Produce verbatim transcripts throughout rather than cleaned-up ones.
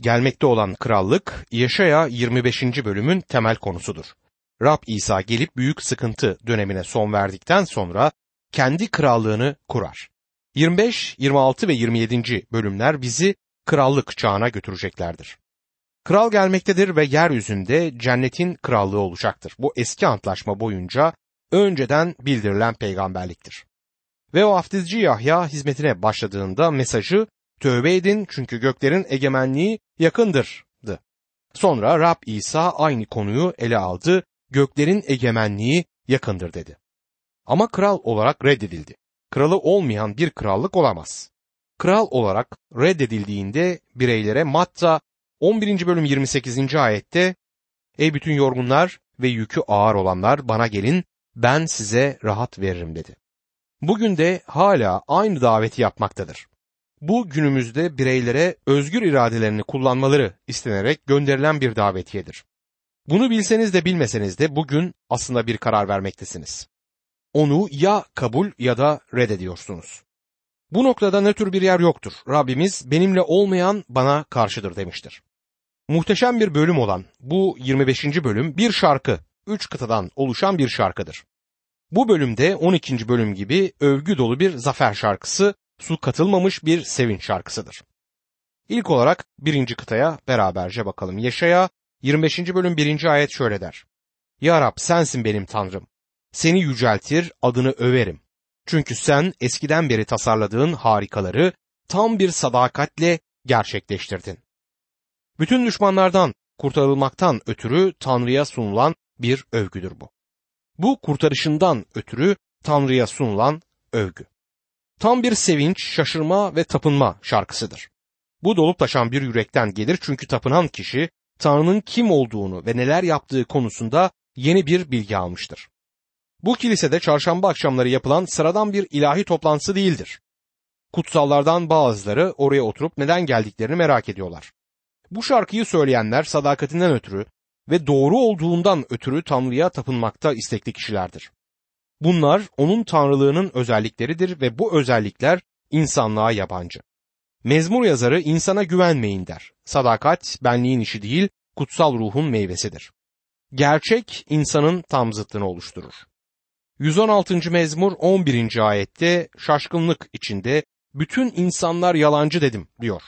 gelmekte olan krallık Yeşaya yirmi beşinci bölümün temel konusudur. Rab İsa gelip büyük sıkıntı dönemine son verdikten sonra kendi krallığını kurar. yirmi beş, yirmi altı ve yirmi yedinci bölümler bizi krallık çağına götüreceklerdir. Kral gelmektedir ve yeryüzünde cennetin krallığı olacaktır. Bu eski antlaşma boyunca önceden bildirilen peygamberliktir. Ve o vaftizci Yahya hizmetine başladığında mesajı tövbe edin çünkü göklerin egemenliği yakındırdı. Sonra Rab İsa aynı konuyu ele aldı, göklerin egemenliği yakındır dedi. Ama kral olarak reddedildi. Kralı olmayan bir krallık olamaz. Kral olarak reddedildiğinde bireylere Matta on birinci bölüm yirmi sekizinci ayette "Ey bütün yorgunlar ve yükü ağır olanlar bana gelin, ben size rahat veririm" dedi. Bugün de hala aynı daveti yapmaktadır. Bu günümüzde bireylere özgür iradelerini kullanmaları istenerek gönderilen bir davetiyedir. Bunu bilseniz de bilmeseniz de bugün aslında bir karar vermektesiniz. Onu ya kabul ya da reddediyorsunuz. Bu noktada nötr bir yer yoktur. Rabbimiz benimle olmayan bana karşıdır demiştir. Muhteşem bir bölüm olan bu yirmi beşinci bölüm bir şarkı, üç kıtadan oluşan bir şarkıdır. Bu bölümde on ikinci bölüm gibi övgü dolu bir zafer şarkısı, su katılmamış bir sevinç şarkısıdır. İlk olarak birinci kıtaya beraberce bakalım. Yeşaya yirmi beşinci bölüm birinci ayet şöyle der. Ya Rab sensin benim Tanrım. Seni yüceltir, adını överim. Çünkü sen eskiden beri tasarladığın harikaları tam bir sadakatle gerçekleştirdin. Bütün düşmanlardan kurtarılmaktan ötürü Tanrı'ya sunulan bir övgüdür bu. Bu kurtarışından ötürü Tanrı'ya sunulan övgü. Tam bir sevinç, şaşırma ve tapınma şarkısıdır. Bu dolup taşan bir yürekten gelir çünkü tapınan kişi Tanrı'nın kim olduğunu ve neler yaptığı konusunda yeni bir bilgi almıştır. Bu kilisede çarşamba akşamları yapılan sıradan bir ilahi toplantısı değildir. Kutsallardan bazıları oraya oturup neden geldiklerini merak ediyorlar. Bu şarkıyı söyleyenler sadakatinden ötürü ve doğru olduğundan ötürü Tanrı'ya tapınmakta istekli kişilerdir. Bunlar onun tanrılığının özellikleridir ve bu özellikler insanlığa yabancı. Mezmur yazarı insana güvenmeyin der. Sadakat benliğin işi değil, kutsal ruhun meyvesidir. Gerçek insanın tam zıttını oluşturur. yüz on altıncı mezmur on birinci ayette şaşkınlık içinde bütün insanlar yalancı dedim diyor.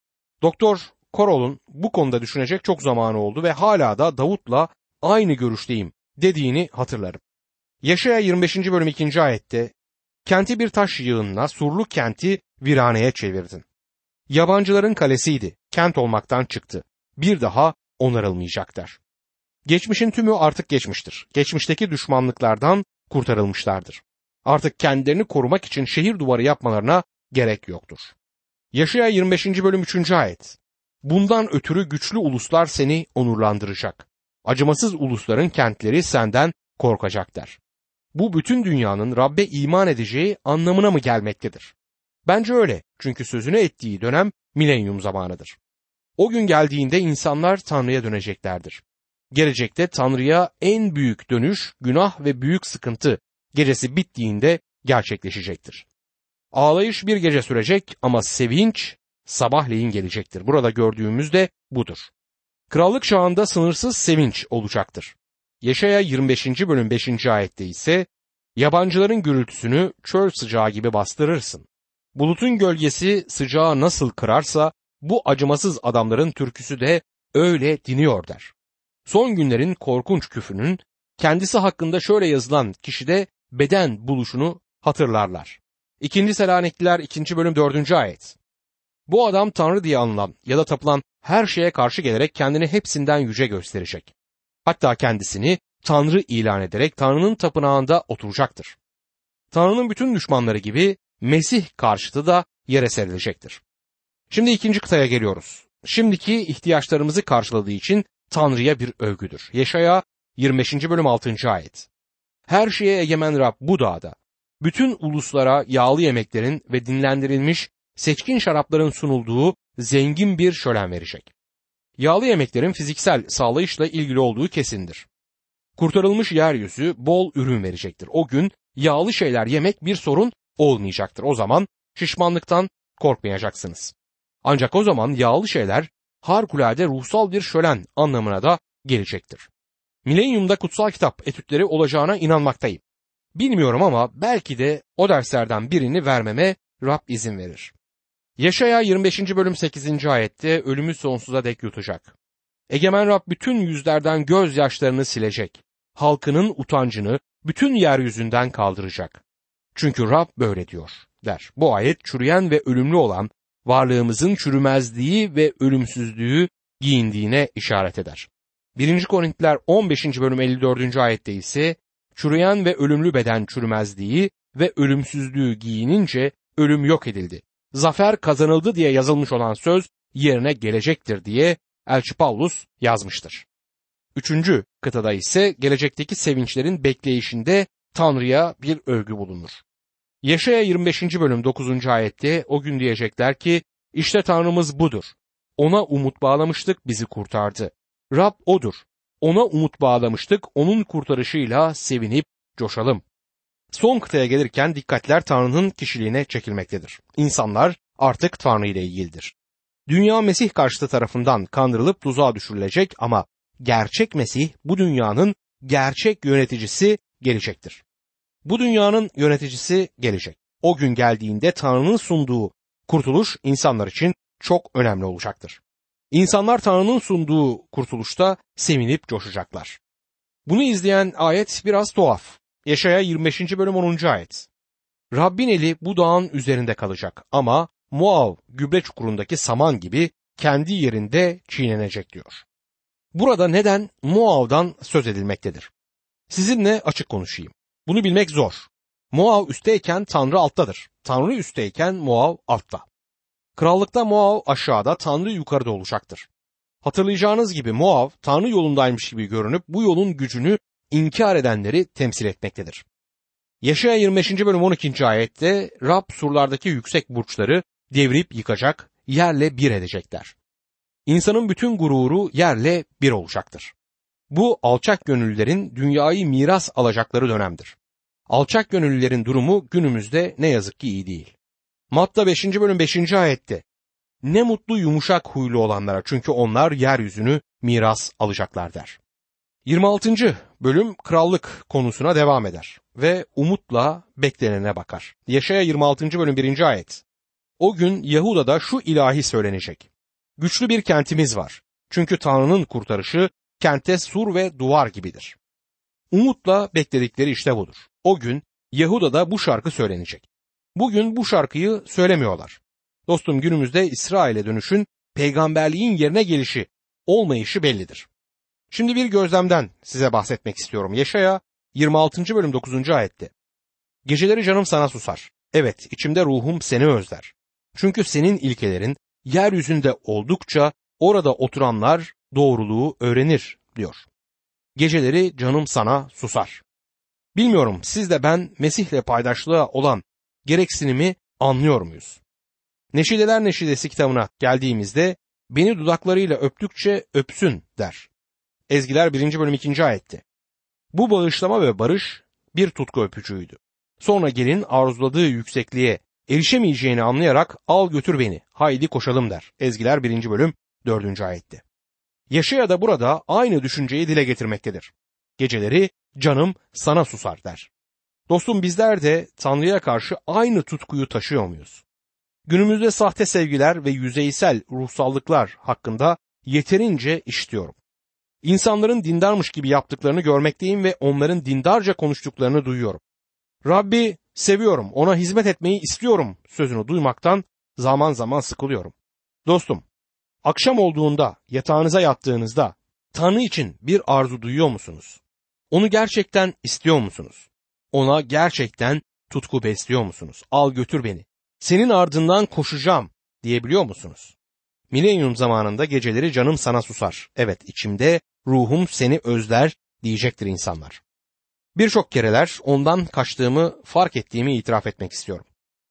Doktor Korol'un bu konuda düşünecek çok zamanı oldu ve hala da Davut'la aynı görüşteyim dediğini hatırlarım. Yeşaya yirmi beşinci bölüm ikinci ayette kenti bir taş yığınına, surlu kenti viraneye çevirdin. Yabancıların kalesiydi, kent olmaktan çıktı. Bir daha onarılmayacak der. Geçmişin tümü artık geçmiştir. Geçmişteki düşmanlıklardan kurtarılmışlardır. Artık kendilerini korumak için şehir duvarı yapmalarına gerek yoktur. Yaşaya yirmi beşinci bölüm üçüncü ayet. Bundan ötürü güçlü uluslar seni onurlandıracak. Acımasız ulusların kentleri senden korkacak der. Bu bütün dünyanın Rabbe iman edeceği anlamına mı gelmektedir? Bence öyle, çünkü sözünü ettiği dönem milenyum zamanıdır. O gün geldiğinde insanlar Tanrı'ya döneceklerdir. Gelecekte Tanrı'ya en büyük dönüş, günah ve büyük sıkıntı gecesi bittiğinde gerçekleşecektir. Ağlayış bir gece sürecek ama sevinç sabahleyin gelecektir. Burada gördüğümüz de budur. Krallık çağında sınırsız sevinç olacaktır. Yeşaya yirmi beşinci bölüm beşinci ayette ise yabancıların gürültüsünü çöl sıcağı gibi bastırırsın. Bulutun gölgesi sıcağı nasıl kırarsa bu acımasız adamların türküsü de öyle diniyor der. Son günlerin korkunç küfünün kendisi hakkında şöyle yazılan kişide beden buluşunu hatırlarlar. İkinci Selanikliler ikinci bölüm dördüncü ayet. Bu adam Tanrı diye anılan ya da tapılan her şeye karşı gelerek kendini hepsinden yüce gösterecek. Hatta kendisini Tanrı ilan ederek Tanrı'nın tapınağında oturacaktır. Tanrı'nın bütün düşmanları gibi Mesih karşıtı da yere serilecektir. Şimdi ikinci kıtaya geliyoruz. Şimdiki ihtiyaçlarımızı karşıladığı için Tanrı'ya bir övgüdür. Yeşaya yirmi beşinci bölüm altıncı ayet. Her şeye egemen Rab bu dağda, bütün uluslara yağlı yemeklerin ve dinlendirilmiş seçkin şarapların sunulduğu zengin bir şölen verecek. Yağlı yemeklerin fiziksel sağlayışla ilgili olduğu kesindir. Kurtarılmış yeryüzü bol ürün verecektir. O gün yağlı şeyler yemek bir sorun olmayacaktır. O zaman şişmanlıktan korkmayacaksınız. Ancak o zaman yağlı şeyler harikulade ruhsal bir şölen anlamına da gelecektir. Milenyumda kutsal kitap etütleri olacağına inanmaktayım. Bilmiyorum ama belki de o derslerden birini vermeme Rab izin verir. Yeşaya yirmi beşinci bölüm sekizinci ayette ölümü sonsuza dek yutacak. Egemen Rab bütün yüzlerden gözyaşlarını silecek. Halkının utancını bütün yeryüzünden kaldıracak. Çünkü Rab böyle diyor der. Bu ayet çürüyen ve ölümlü olan varlığımızın çürümezliği ve ölümsüzlüğü giyindiğine işaret eder. birinci Korintiler on beşinci bölüm elli dördüncü ayette ise çürüyen ve ölümlü beden çürümezliği ve ölümsüzlüğü giyinince ölüm yok edildi. Zafer kazanıldı diye yazılmış olan söz yerine gelecektir diye Elçi Pavlus yazmıştır. Üçüncü kıtada ise gelecekteki sevinçlerin bekleyişinde Tanrı'ya bir övgü bulunur. Yeşaya yirmi beşinci bölüm dokuzuncu ayette o gün diyecekler ki işte Tanrımız budur. Ona umut bağlamıştık, bizi kurtardı. Rab odur. Ona umut bağlamıştık, onun kurtarışıyla sevinip coşalım. Son kıtaya gelirken dikkatler Tanrı'nın kişiliğine çekilmektedir. İnsanlar artık Tanrı ile ilgilidir. Dünya Mesih karşıtı tarafından kandırılıp tuzağa düşürülecek ama gerçek Mesih bu dünyanın gerçek yöneticisi gelecektir. Bu dünyanın yöneticisi gelecek. O gün geldiğinde Tanrı'nın sunduğu kurtuluş insanlar için çok önemli olacaktır. İnsanlar Tanrı'nın sunduğu kurtuluşta sevinip coşacaklar. Bunu izleyen ayet biraz tuhaf. Yeşaya yirmi beşinci bölüm onuncu ayet. Rabbin eli bu dağın üzerinde kalacak ama Moav gübre çukurundaki saman gibi kendi yerinde çiğnenecek diyor. Burada neden Moav'dan söz edilmektedir? Sizinle açık konuşayım. Bunu bilmek zor. Moav üstteyken Tanrı alttadır. Tanrı üstteyken Moav altta. Krallıkta Moav aşağıda, Tanrı yukarıda olacaktır. Hatırlayacağınız gibi Moav Tanrı yolundaymış gibi görünüp bu yolun gücünü inkar edenleri temsil etmektedir. Yeşaya yirmi beşinci bölüm on ikinci ayette Rab surlardaki yüksek burçları devrip yıkacak, yerle bir edecekler. İnsanın bütün gururu yerle bir olacaktır. Bu alçak gönüllülerin dünyayı miras alacakları dönemdir. Alçak gönüllülerin durumu günümüzde ne yazık ki iyi değil. Matta beşinci bölüm beşinci ayette ne mutlu yumuşak huylu olanlara çünkü onlar yeryüzünü miras alacaklar der. yirmi altıncı bölüm krallık konusuna devam eder ve umutla beklenene bakar. Yeşaya yirmi altıncı bölüm birinci ayet. O gün Yahuda'da şu ilahi söylenecek. Güçlü bir kentimiz var. Çünkü Tanrı'nın kurtarışı kente sur ve duvar gibidir. Umutla bekledikleri işte budur. O gün Yahuda'da bu şarkı söylenecek. Bugün bu şarkıyı söylemiyorlar. Dostum günümüzde İsrail'e dönüşün peygamberliğin yerine gelişi olmayışı bellidir. Şimdi bir gözlemden size bahsetmek istiyorum. Yeşaya yirmi altıncı bölüm dokuzuncu ayette. Geceleri canım sana susar. Evet, içimde ruhum seni özler. Çünkü senin ilkelerin yeryüzünde oldukça orada oturanlar doğruluğu öğrenir diyor. Geceleri canım sana susar. Bilmiyorum siz de ben Mesih'le paydaşlığa olan gereksinimi anlıyor muyuz? Neşideler Neşidesi kitabına geldiğimizde beni dudaklarıyla öptükçe öpsün der. Ezgiler birinci bölüm ikinci ayette. Bu bağışlama ve barış bir tutku öpücüğüydü. Sonra gelin arzuladığı yüksekliğe erişemeyeceğini anlayarak al götür beni, haydi koşalım der. Ezgiler birinci bölüm dördüncü ayette. Yeşaya da burada aynı düşünceyi dile getirmektedir. Geceleri canım sana susar der. Dostum bizler de Tanrı'ya karşı aynı tutkuyu taşıyor muyuz? Günümüzde sahte sevgiler ve yüzeysel ruhsallıklar hakkında yeterince işitiyorum. İnsanların dindarmış gibi yaptıklarını görmekteyim ve onların dindarca konuştuklarını duyuyorum. Rabbi seviyorum, ona hizmet etmeyi istiyorum sözünü duymaktan zaman zaman sıkılıyorum. Dostum, akşam olduğunda yatağınıza yattığınızda Tanrı için bir arzu duyuyor musunuz? Onu gerçekten istiyor musunuz? Ona gerçekten tutku besliyor musunuz? Al götür beni. Senin ardından koşacağım diyebiliyor musunuz? Milenyum zamanında geceleri canım sana susar. Evet, içimde ruhum seni özler diyecektir insanlar. Birçok kereler ondan kaçtığımı fark ettiğimi itiraf etmek istiyorum.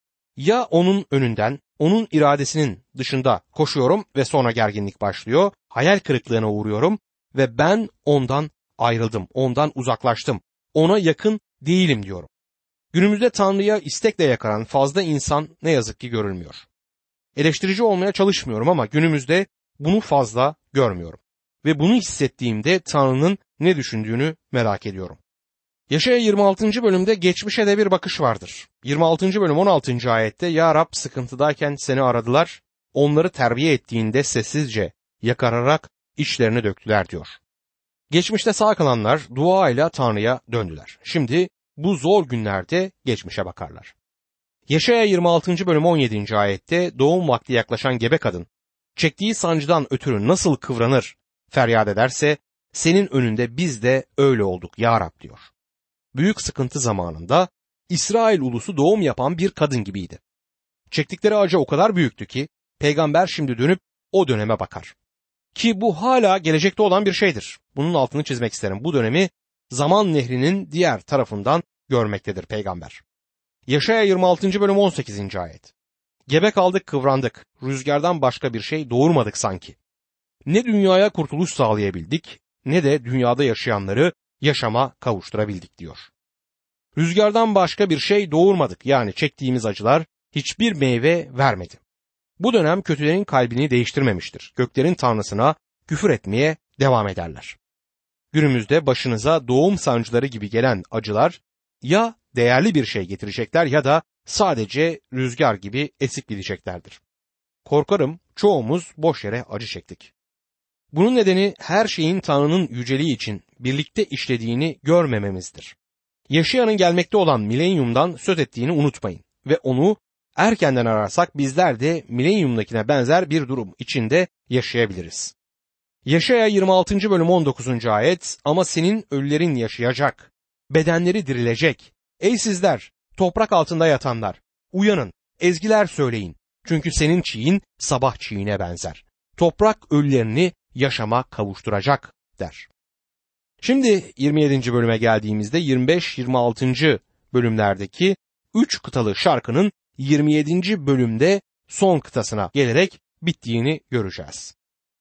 Ya onun önünden, onun iradesinin dışında koşuyorum ve sonra gerginlik başlıyor, hayal kırıklığına uğruyorum ve ben ondan ayrıldım, ondan uzaklaştım, ona yakın değilim diyorum. Günümüzde Tanrı'ya istekle yakaran fazla insan ne yazık ki görülmüyor. Eleştirici olmaya çalışmıyorum ama günümüzde bunu fazla görmüyorum. Ve bunu hissettiğimde Tanrı'nın ne düşündüğünü merak ediyorum. Yaşaya yirmi altıncı bölümde geçmişe de bir bakış vardır. yirmi altıncı bölüm on altıncı ayette ya Rab sıkıntıdayken seni aradılar, onları terbiye ettiğinde sessizce yakararak içlerini döktüler diyor. Geçmişte sağ kalanlar duayla Tanrı'ya döndüler. Şimdi bu zor günlerde geçmişe bakarlar. Yaşaya yirmi altıncı bölüm on yedinci ayette doğum vakti yaklaşan gebe kadın çektiği sancıdan ötürü nasıl kıvranır feryat ederse senin önünde biz de öyle olduk ya Rab diyor. Büyük sıkıntı zamanında İsrail ulusu doğum yapan bir kadın gibiydi. Çektikleri acı o kadar büyüktü ki peygamber şimdi dönüp o döneme bakar. Ki bu hala gelecekte olan bir şeydir. Bunun altını çizmek isterim. Bu dönemi zaman nehrinin diğer tarafından görmektedir peygamber. Yaşaya yirmi altıncı bölüm on sekizinci ayet. Gebe kaldık kıvrandık, rüzgardan başka bir şey doğurmadık sanki. Ne dünyaya kurtuluş sağlayabildik, ne de dünyada yaşayanları yaşama kavuşturabildik diyor. Rüzgardan başka bir şey doğurmadık, yani çektiğimiz acılar hiçbir meyve vermedi. Bu dönem kötülerin kalbini değiştirmemiştir. Göklerin tanrısına küfür etmeye devam ederler. Günümüzde başınıza doğum sancıları gibi gelen acılar ya değerli bir şey getirecekler ya da sadece rüzgar gibi esip gideceklerdir. Korkarım çoğumuz boş yere acı çektik. Bunun nedeni her şeyin Tanrı'nın yüceliği için birlikte işlediğini görmememizdir. Yaşayanın gelmekte olan milenyumdan söz ettiğini unutmayın ve onu erkenden ararsak bizler de milenyumdakine benzer bir durum içinde yaşayabiliriz. Yaşaya yirmi altıncı bölüm on dokuzuncu ayet ama senin ölülerin yaşayacak, bedenleri dirilecek. Ey sizler, toprak altında yatanlar, uyanın, ezgiler söyleyin. Çünkü senin çiğin sabah çiğine benzer. Toprak ölülerini yaşama kavuşturacak der. Şimdi yirmi yedinci bölüme geldiğimizde yirmi beş yirmi altıncı bölümlerdeki üç kıtalı şarkının yirmi yedinci bölümde son kıtasına gelerek bittiğini göreceğiz.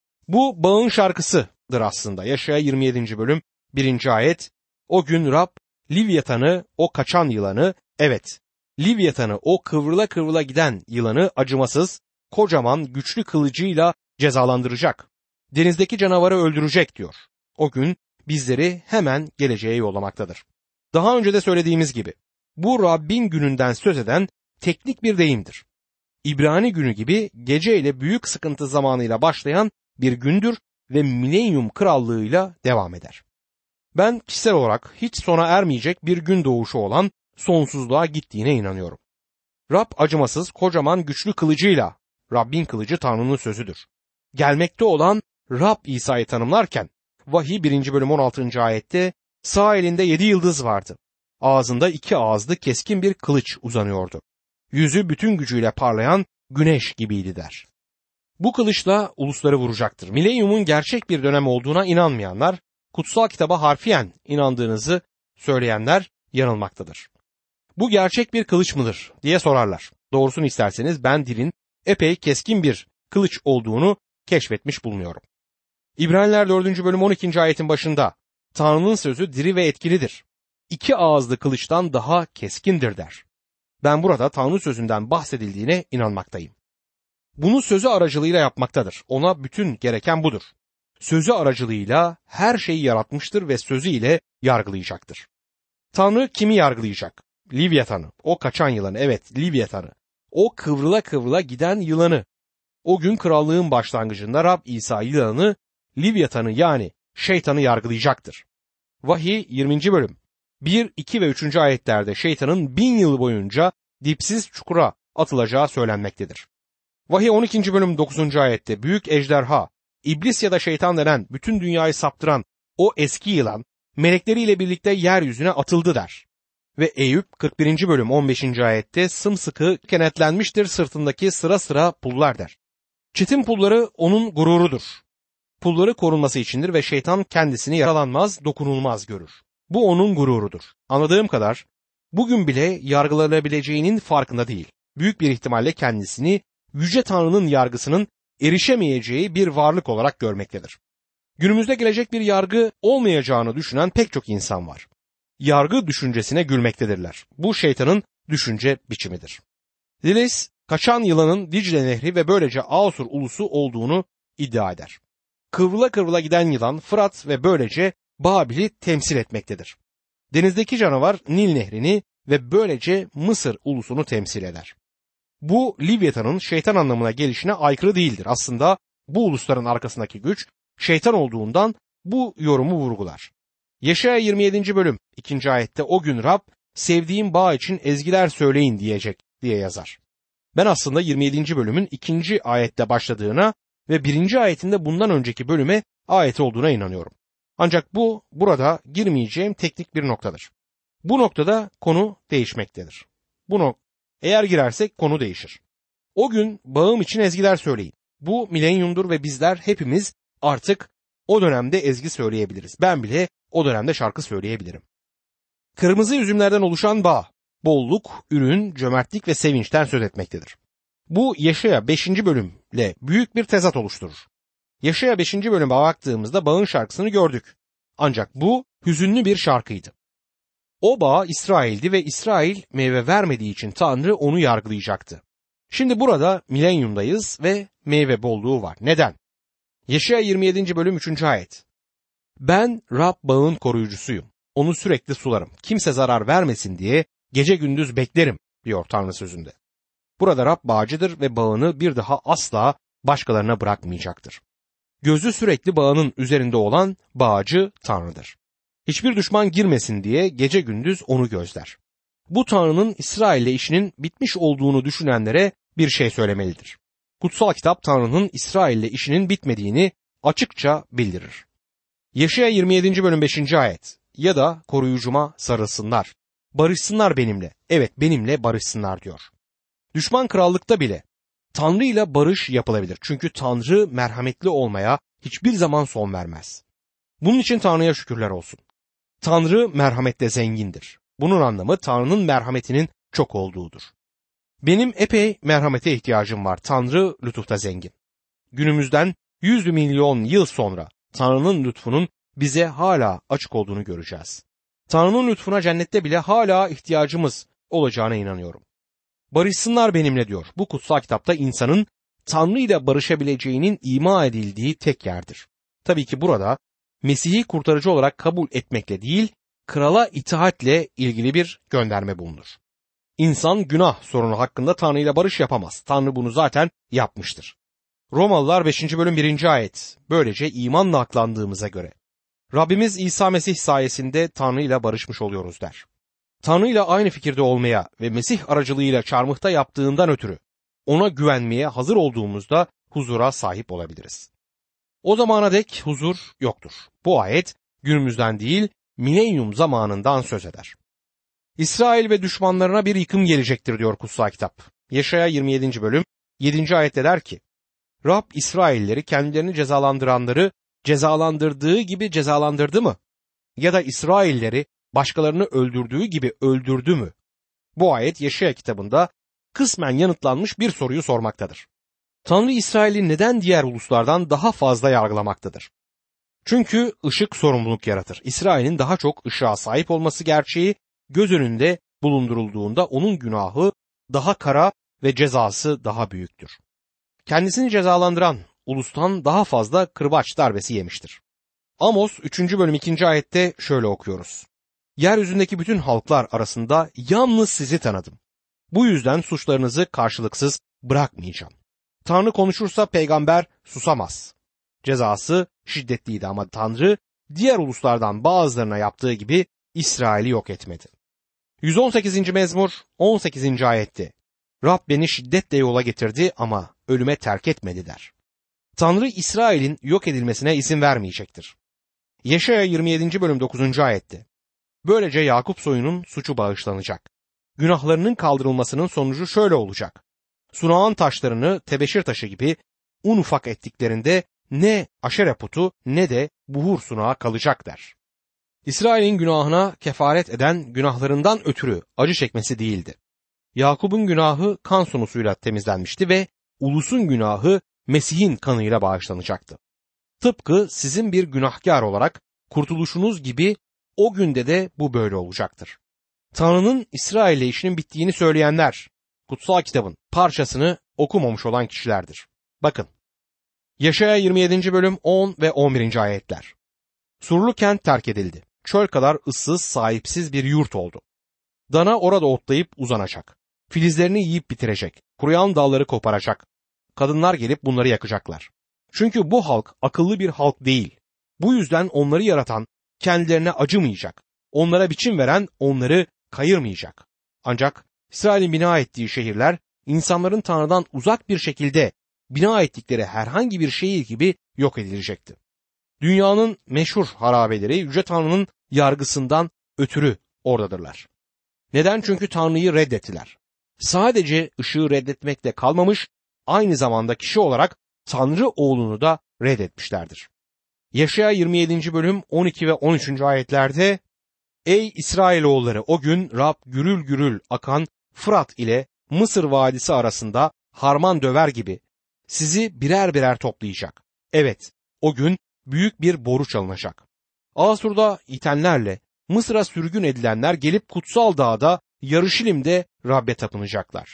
Bu bağın şarkısıdır aslında. Yaşaya yirmi yedinci bölüm birinci ayet. O gün Rab Livyatan'ı, o kaçan yılanı, evet Livyatan'ı, o kıvrıla kıvrıla giden yılanı acımasız, kocaman güçlü kılıcıyla cezalandıracak. Denizdeki canavarı öldürecek diyor. O gün bizleri hemen geleceğe yollamaktadır. Daha önce de söylediğimiz gibi bu Rabbin gününden söz eden teknik bir deyimdir. İbrani günü gibi geceyle büyük sıkıntı zamanıyla başlayan bir gündür ve milenyum krallığıyla devam eder. Ben kişisel olarak hiç sona ermeyecek bir gün doğuşu olan sonsuzluğa gittiğine inanıyorum. Rab acımasız, kocaman, güçlü kılıcıyla, Rabbin kılıcı Tanrı'nın sözüdür. Gelmekte olan Rab İsa'yı tanımlarken Vahiy birinci bölüm on altıncı ayette sağ elinde yedi yıldız vardı. Ağzında iki ağızlı keskin bir kılıç uzanıyordu. Yüzü bütün gücüyle parlayan güneş gibiydi der. Bu kılıçla ulusları vuracaktır. Milenyumun gerçek bir dönem olduğuna inanmayanlar, kutsal kitaba harfiyen inandığınızı söyleyenler yanılmaktadır. Bu gerçek bir kılıç mıdır diye sorarlar. Doğrusunu isterseniz ben dilin epey keskin bir kılıç olduğunu keşfetmiş bulunuyorum. İbraniler dördüncü bölüm on ikinci ayetin başında Tanrı'nın sözü diri ve etkilidir. İki ağızlı kılıçtan daha keskindir der. Ben burada Tanrı sözünden bahsedildiğine inanmaktayım. Bunu sözü aracılığıyla yapmaktadır. Ona bütün gereken budur. Sözü aracılığıyla her şeyi yaratmıştır ve sözü ile yargılayacaktır. Tanrı kimi yargılayacak? Livyatan'ı, o kaçan yılanı, evet Livyatan'ı, o kıvrıla kıvrıla giden yılanı. O gün krallığın başlangıcında Rab İsa yılanı, Livyatan'ı yani şeytanı yargılayacaktır. Vahiy yirminci bölüm bir, iki ve üçüncü ayetlerde şeytanın bin yıl boyunca dipsiz çukura atılacağı söylenmektedir. Vahiy on ikinci bölüm dokuzuncu ayette büyük ejderha, iblis ya da şeytan denen bütün dünyayı saptıran o eski yılan melekleriyle birlikte yeryüzüne atıldı der. Ve Eyüp kırk birinci bölüm on beşinci ayette sımsıkı kenetlenmiştir sırtındaki sıra sıra pullar der. Çetin pulları onun gururudur. Pulları korunması içindir ve şeytan kendisini yaralanmaz, dokunulmaz görür. Bu onun gururudur. Anladığım kadar bugün bile yargılanabileceğinin farkında değil. Büyük bir ihtimalle kendisini Yüce Tanrı'nın yargısının erişemeyeceği bir varlık olarak görmektedir. Günümüzde gelecek bir yargı olmayacağını düşünen pek çok insan var. Yargı düşüncesine gülmektedirler. Bu şeytanın düşünce biçimidir. Lilis, kaçan yılanın Dicle Nehri ve böylece Asur ulusu olduğunu iddia eder. Kıvrıla kıvrıla giden yılan Fırat ve böylece Babil'i temsil etmektedir. Denizdeki canavar Nil Nehri'ni ve böylece Mısır ulusunu temsil eder. Bu Livyata'nın şeytan anlamına gelişine aykırı değildir. Aslında bu ulusların arkasındaki güç şeytan olduğundan bu yorumu vurgular. Yeşaya yirmi yedinci bölüm ikinci ayette o gün Rab sevdiğim bağ için ezgiler söyleyin diyecek diye yazar. Ben aslında yirmi yedinci bölümün ikinci ayette başladığına ve birinci ayetinde bundan önceki bölüme ait olduğuna inanıyorum. Ancak bu burada girmeyeceğim teknik bir noktadır. Bu noktada konu değişmektedir. Bu nok Eğer girersek konu değişir. O gün bağım için ezgiler söyleyin. Bu milenyumdur ve bizler hepimiz artık o dönemde ezgi söyleyebiliriz. Ben bile o dönemde şarkı söyleyebilirim. Kırmızı üzümlerden oluşan bağ, bolluk, ürün, cömertlik ve sevinçten söz etmektedir. Bu Yeşaya beşinci bölümle büyük bir tezat oluşturur. Yeşaya beşinci bölüme baktığımızda bağın şarkısını gördük. Ancak bu hüzünlü bir şarkıydı. O bağ İsrail'di ve İsrail meyve vermediği için Tanrı onu yargılayacaktı. Şimdi burada milenyumdayız ve meyve bolluğu var. Neden? Yeşaya yirmi yedinci bölüm üçüncü ayet. Ben Rab bağın koruyucusuyum. Onu sürekli sularım. Kimse zarar vermesin diye gece gündüz beklerim diyor Tanrı sözünde. Burada Rab bağcıdır ve bağını bir daha asla başkalarına bırakmayacaktır. Gözü sürekli bağının üzerinde olan bağcı Tanrı'dır. Hiçbir düşman girmesin diye gece gündüz onu gözler. Bu Tanrı'nın İsrail'le işinin bitmiş olduğunu düşünenlere bir şey söylemelidir. Kutsal kitap Tanrı'nın İsrail'le işinin bitmediğini açıkça bildirir. Yeşaya yirmi yedinci bölüm beşinci ayet ya da koruyucuma sarılsınlar, barışsınlar benimle, evet benimle barışsınlar diyor. Düşman krallıkta bile Tanrı ile barış yapılabilir. Çünkü Tanrı merhametli olmaya hiçbir zaman son vermez. Bunun için Tanrı'ya şükürler olsun. Tanrı merhamette zengindir. Bunun anlamı Tanrı'nın merhametinin çok olduğudur. Benim epey merhamete ihtiyacım var. Tanrı lütufta zengin. Günümüzden yüz milyon yıl sonra Tanrı'nın lütfunun bize hala açık olduğunu göreceğiz. Tanrı'nın lütfuna cennette bile hala ihtiyacımız olacağına inanıyorum. Barışsınlar benimle diyor. Bu kutsal kitapta insanın Tanrı ile barışabileceğinin ima edildiği tek yerdir. Tabii ki burada Mesih'i kurtarıcı olarak kabul etmekle değil, krala itaatle ilgili bir gönderme bulunur. İnsan günah sorunu hakkında Tanrı ile barış yapamaz. Tanrı bunu zaten yapmıştır. Romalılar beşinci bölüm birinci ayet. Böylece imanla aklandığımıza göre Rabbimiz İsa Mesih sayesinde Tanrı ile barışmış oluyoruz der. Tanrı ile aynı fikirde olmaya ve Mesih aracılığıyla çarmıhta yaptığından ötürü ona güvenmeye hazır olduğumuzda huzura sahip olabiliriz. O zamana dek huzur yoktur. Bu ayet günümüzden değil, milenyum zamanından söz eder. İsrail ve düşmanlarına bir yıkım gelecektir diyor kutsal kitap. Yeşaya yirmi yedinci bölüm yedinci ayette der ki, Rab İsrailleri kendilerini cezalandıranları cezalandırdığı gibi cezalandırdı mı? Ya da İsrailleri başkalarını öldürdüğü gibi öldürdü mü? Bu ayet Yeşaya kitabında kısmen yanıtlanmış bir soruyu sormaktadır. Tanrı İsrail'i neden diğer uluslardan daha fazla yargılamaktadır? Çünkü ışık sorumluluk yaratır. İsrail'in daha çok ışığa sahip olması gerçeği göz önünde bulundurulduğunda onun günahı daha kara ve cezası daha büyüktür. Kendisini cezalandıran ulustan daha fazla kırbaç darbesi yemiştir. Amos üçüncü bölüm ikinci ayette şöyle okuyoruz. Yeryüzündeki bütün halklar arasında yalnız sizi tanıdım. Bu yüzden suçlarınızı karşılıksız bırakmayacağım. Tanrı konuşursa peygamber susamaz. Cezası şiddetliydi ama Tanrı diğer uluslardan bazılarına yaptığı gibi İsrail'i yok etmedi. yüz on sekizinci mezmur on sekizinci ayette Rab beni şiddetle yola getirdi ama ölüme terk etmedi der. Tanrı İsrail'in yok edilmesine izin vermeyecektir. Yeşaya yirmi yedinci bölüm dokuzuncu ayette böylece Yakup soyunun suçu bağışlanacak. Günahlarının kaldırılmasının sonucu şöyle olacak. Sunağın taşlarını tebeşir taşı gibi un ufak ettiklerinde ne aşere putu ne de buhur sunağı kalacak der. İsrail'in günahına kefaret eden günahlarından ötürü acı çekmesi değildi. Yakup'un günahı kan sunusuyla temizlenmişti ve ulusun günahı Mesih'in kanıyla bağışlanacaktı. Tıpkı sizin bir günahkar olarak kurtuluşunuz gibi o günde de bu böyle olacaktır. Tanrı'nın İsrail'le işinin bittiğini söyleyenler, kutsal kitabın parçasını okumamış olan kişilerdir. Bakın, Yeşaya yirmi yedinci bölüm on ve on birinci ayetler. Surlu kent terk edildi. Çöl kadar ıssız, sahipsiz bir yurt oldu. Dana orada otlayıp uzanacak. Filizlerini yiyip bitirecek. Kuruyan dalları koparacak. Kadınlar gelip bunları yakacaklar. Çünkü bu halk akıllı bir halk değil. Bu yüzden onları yaratan kendilerine acımayacak. Onlara biçim veren onları kayırmayacak. Ancak İsrail'in bina ettiği şehirler insanların Tanrı'dan uzak bir şekilde bina ettikleri herhangi bir şehir gibi yok edilecekti. Dünyanın meşhur harabeleri Yüce Tanrı'nın yargısından ötürü oradadırlar. Neden? Çünkü Tanrı'yı reddettiler. Sadece ışığı reddetmekle kalmamış, aynı zamanda kişi olarak Tanrı oğlunu da reddetmişlerdir. Yeşaya yirmi yedinci bölüm on iki ve on üçüncü ayetlerde Ey İsrailoğulları, o gün Rab gürül gürül akan Fırat ile Mısır vadisi arasında harman döver gibi sizi birer birer toplayacak. Evet, o gün büyük bir boru çalınacak. Asur'da itenlerle Mısır'a sürgün edilenler gelip kutsal dağda Yarışilim'de Rab'be tapınacaklar.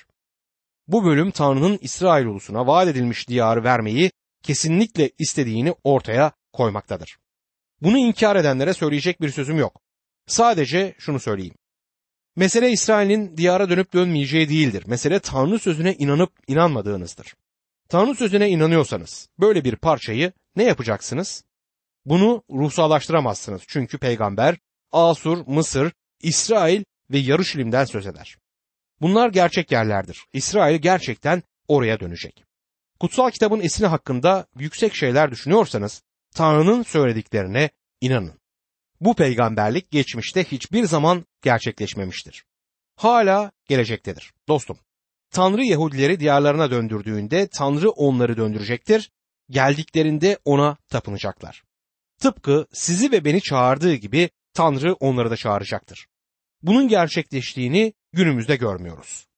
Bu bölüm Tanrı'nın İsrail ulusuna vaat edilmiş diyarı vermeyi kesinlikle istediğini ortaya koymaktadır. Bunu inkar edenlere söyleyecek bir sözüm yok. Sadece şunu söyleyeyim. Mesele İsrail'in diyara dönüp dönmeyeceği değildir. Mesele Tanrı sözüne inanıp inanmadığınızdır. Tanrı sözüne inanıyorsanız böyle bir parçayı ne yapacaksınız? Bunu ruhsallaştıramazsınız. Çünkü peygamber Asur, Mısır, İsrail ve Yarışilim'den söz eder. Bunlar gerçek yerlerdir. İsrail gerçekten oraya dönecek. Kutsal kitabın esini hakkında yüksek şeyler düşünüyorsanız Tanrı'nın söylediklerine inanın. Bu peygamberlik geçmişte hiçbir zaman gerçekleşmemiştir. Hala gelecektedir. Dostum, Tanrı Yahudileri diyarlarına döndürdüğünde Tanrı onları döndürecektir. Geldiklerinde ona tapınacaklar. Tıpkı sizi ve beni çağırdığı gibi Tanrı onları da çağıracaktır. Bunun gerçekleştiğini günümüzde görmüyoruz.